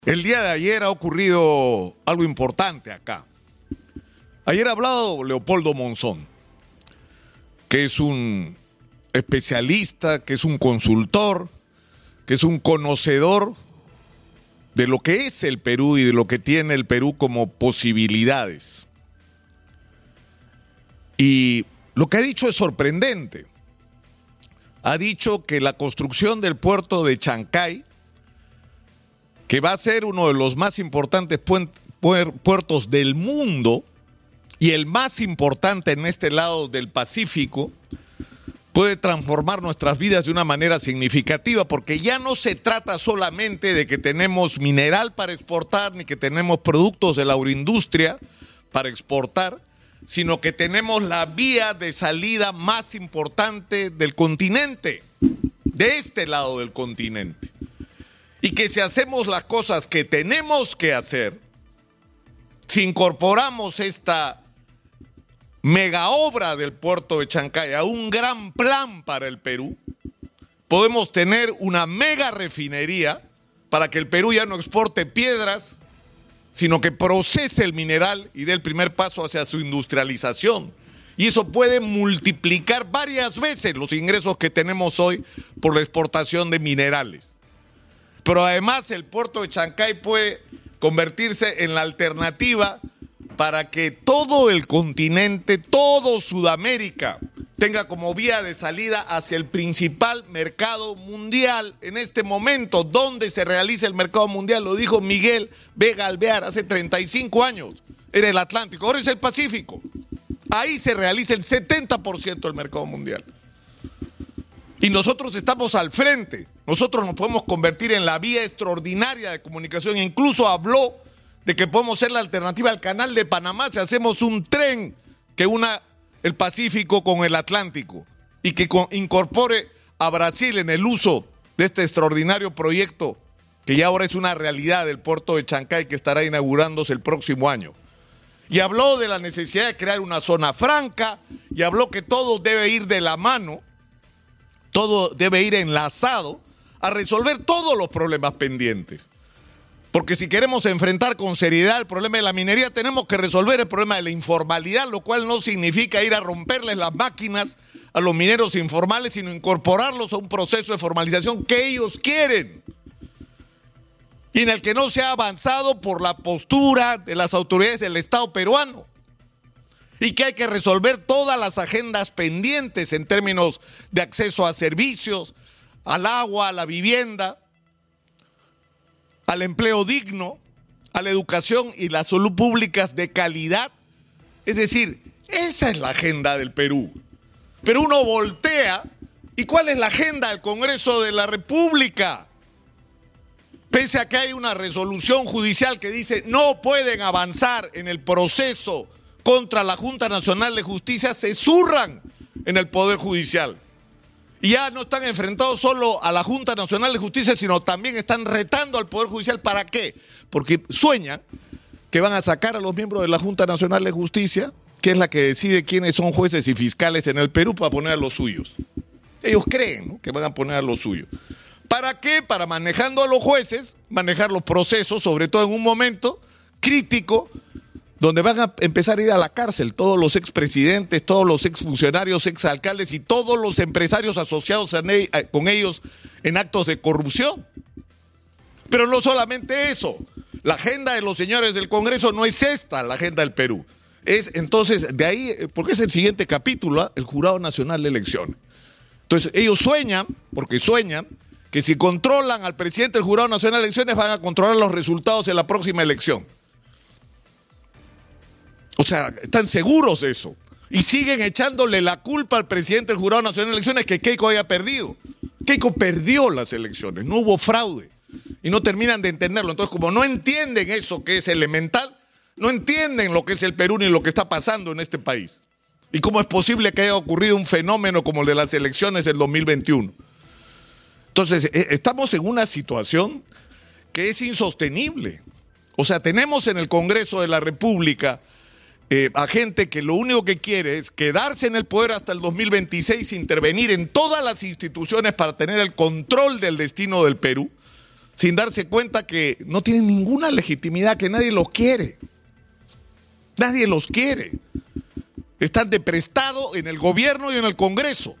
El día de ayer ha ocurrido algo importante acá. Ayer ha hablado Leopoldo Monzón, que es un especialista, que es un consultor, que es un conocedor de lo que es el Perú y de lo que tiene el Perú como posibilidades. Y lo que ha dicho es sorprendente. Ha dicho que la construcción del puerto de Chancay, que va a ser uno de los más importantes puertos del mundo y el más importante en este lado del Pacífico, puede transformar nuestras vidas de una manera significativa, porque ya no se trata solamente de que tenemos mineral para exportar, ni que tenemos productos de la agroindustria para exportar, sino que tenemos la vía de salida más importante del continente, de este lado del continente. Y que si hacemos las cosas que tenemos que hacer, si incorporamos esta mega obra del puerto de Chancay a un gran plan para el Perú, podemos tener una mega refinería para que el Perú ya no exporte piedras, sino que procese el mineral y dé el primer paso hacia su industrialización. Y eso puede multiplicar varias veces los ingresos que tenemos hoy por la exportación de minerales. Pero además el puerto de Chancay puede convertirse en la alternativa para que todo el continente, todo Sudamérica, tenga como vía de salida hacia el principal mercado mundial en este momento. ¿Dónde se realiza el mercado mundial? Lo dijo Miguel Vega Alvear hace 35 años. Era el Atlántico, ahora es el Pacífico. Ahí se realiza el 70% del mercado mundial. Y nosotros estamos al frente. Nosotros nos podemos convertir en la vía extraordinaria de comunicación. Incluso habló de que podemos ser la alternativa al canal de Panamá si hacemos un tren que una el Pacífico con el Atlántico y que incorpore a Brasil en el uso de este extraordinario proyecto que ya ahora es una realidad del puerto de Chancay, que estará inaugurándose el próximo año. Y habló de la necesidad de crear una zona franca y habló que todo debe ir de la mano, todo debe ir enlazado a resolver todos los problemas pendientes. Porque si queremos enfrentar con seriedad el problema de la minería, tenemos que resolver el problema de la informalidad, lo cual no significa ir a romperles las máquinas a los mineros informales, sino incorporarlos a un proceso de formalización que ellos quieren y en el que no se ha avanzado por la postura de las autoridades del Estado peruano. Y que hay que resolver todas las agendas pendientes en términos de acceso a servicios, al agua, a la vivienda, al empleo digno, a la educación y las salud públicas de calidad. Es decir, esa es la agenda del Perú. Pero uno voltea, ¿y cuál es la agenda del Congreso de la República? Pese a que hay una resolución judicial que dice no pueden avanzar en el proceso contra la Junta Nacional de Justicia, se zurran en el Poder Judicial. Y ya no están enfrentados solo a la Junta Nacional de Justicia, sino también están retando al Poder Judicial. ¿Para qué? Porque sueñan que van a sacar a los miembros de la Junta Nacional de Justicia, que es la que decide quiénes son jueces y fiscales en el Perú, para poner a los suyos. Ellos creen, ¿no?, que van a poner a los suyos. ¿Para qué? Para, manejando a los jueces, manejar los procesos, sobre todo en un momento crítico, donde van a empezar a ir a la cárcel todos los expresidentes, todos los exfuncionarios, exalcaldes y todos los empresarios asociados con ellos en actos de corrupción. Pero no solamente eso, la agenda de los señores del Congreso no es esta, la agenda del Perú. Es entonces, de ahí, porque es el siguiente capítulo, el Jurado Nacional de Elecciones. Entonces, ellos sueñan, porque sueñan, que si controlan al presidente del Jurado Nacional de Elecciones van a controlar los resultados de la próxima elección. O sea, están seguros de eso. Y siguen echándole la culpa al presidente del Jurado Nacional de Elecciones que Keiko haya perdido. Keiko perdió las elecciones, no hubo fraude. Y no terminan de entenderlo. Entonces, como no entienden eso que es elemental, no entienden lo que es el Perú ni lo que está pasando en este país. Y cómo es posible que haya ocurrido un fenómeno como el de las elecciones del 2021. Entonces, estamos en una situación que es insostenible. O sea, tenemos en el Congreso de la República a gente que lo único que quiere es quedarse en el poder hasta el 2026, intervenir en todas las instituciones para tener el control del destino del Perú, sin darse cuenta que no tienen ninguna legitimidad, que nadie los quiere. Nadie los quiere. Están de prestado en el gobierno y en el Congreso.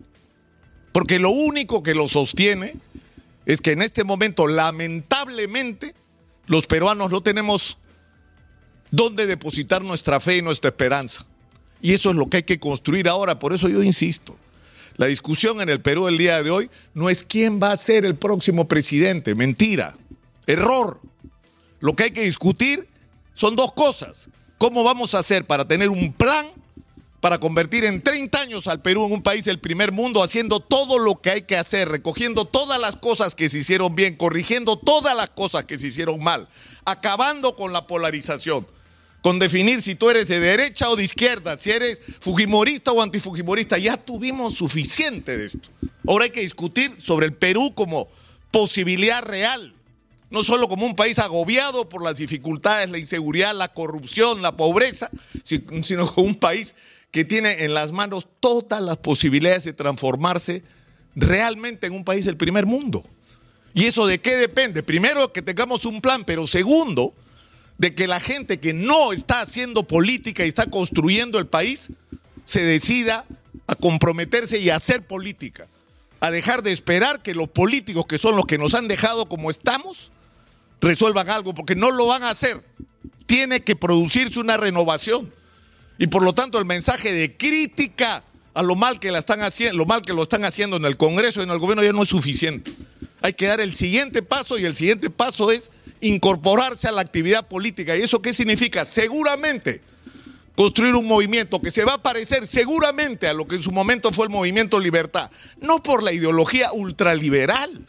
Porque lo único que los sostiene es que en este momento, lamentablemente, los peruanos no tenemos dónde depositar nuestra fe y nuestra esperanza. Y eso es lo que hay que construir ahora. Por eso yo insisto, la discusión en el Perú el día de hoy no es quién va a ser el próximo presidente. Mentira, error. Lo que hay que discutir son dos cosas. ¿Cómo vamos a hacer para tener un plan para convertir en 30 años al Perú en un país del primer mundo, haciendo todo lo que hay que hacer, recogiendo todas las cosas que se hicieron bien, corrigiendo todas las cosas que se hicieron mal, acabando con la polarización, con definir si tú eres de derecha o de izquierda, si eres fujimorista o antifujimorista? Ya tuvimos suficiente de esto. Ahora hay que discutir sobre el Perú como posibilidad real, no solo como un país agobiado por las dificultades, la inseguridad, la corrupción, la pobreza, sino como un país que tiene en las manos todas las posibilidades de transformarse realmente en un país del primer mundo. ¿Y eso de qué depende? Primero, que tengamos un plan, pero segundo, de que la gente que no está haciendo política y está construyendo el país se decida a comprometerse y a hacer política, a dejar de esperar que los políticos, que son los que nos han dejado como estamos, resuelvan algo, porque no lo van a hacer. Tiene que producirse una renovación. Y por lo tanto el mensaje de crítica a lo mal que lo están haciendo en el Congreso y en el gobierno ya no es suficiente. Hay que dar el siguiente paso, y el siguiente paso es incorporarse a la actividad política. ¿Y eso qué significa? Seguramente construir un movimiento que se va a parecer seguramente a lo que en su momento fue el Movimiento Libertad, no por la ideología ultraliberal,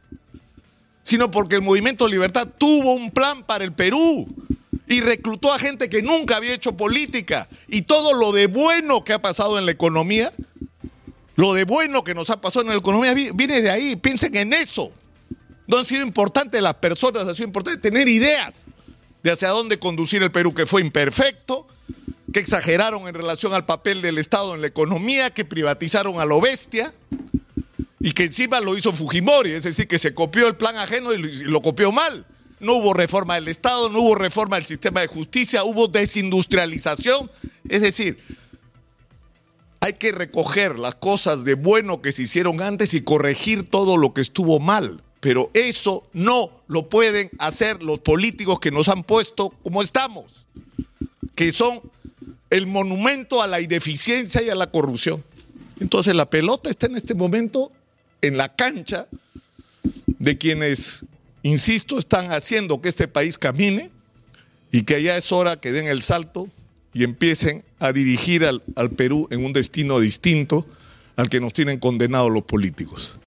sino porque el Movimiento Libertad tuvo un plan para el Perú y reclutó a gente que nunca había hecho política, y todo lo de bueno que ha pasado en la economía, lo de bueno que nos ha pasado en la economía viene de ahí. Piensen en eso. No han sido importantes las personas, ha sido importante tener ideas de hacia dónde conducir el Perú, que fue imperfecto, que exageraron en relación al papel del Estado en la economía, que privatizaron a lo bestia, y que encima lo hizo Fujimori, es decir, que se copió el plan ajeno y lo copió mal. No hubo reforma del Estado, no hubo reforma del sistema de justicia, hubo desindustrialización. Es decir, hay que recoger las cosas de bueno que se hicieron antes y corregir todo lo que estuvo mal. Pero eso no lo pueden hacer los políticos que nos han puesto como estamos, que son el monumento a la ineficiencia y a la corrupción. Entonces la pelota está en este momento en la cancha de quienes, insisto, están haciendo que este país camine, y que ya es hora que den el salto y empiecen a dirigir al Perú en un destino distinto al que nos tienen condenados los políticos.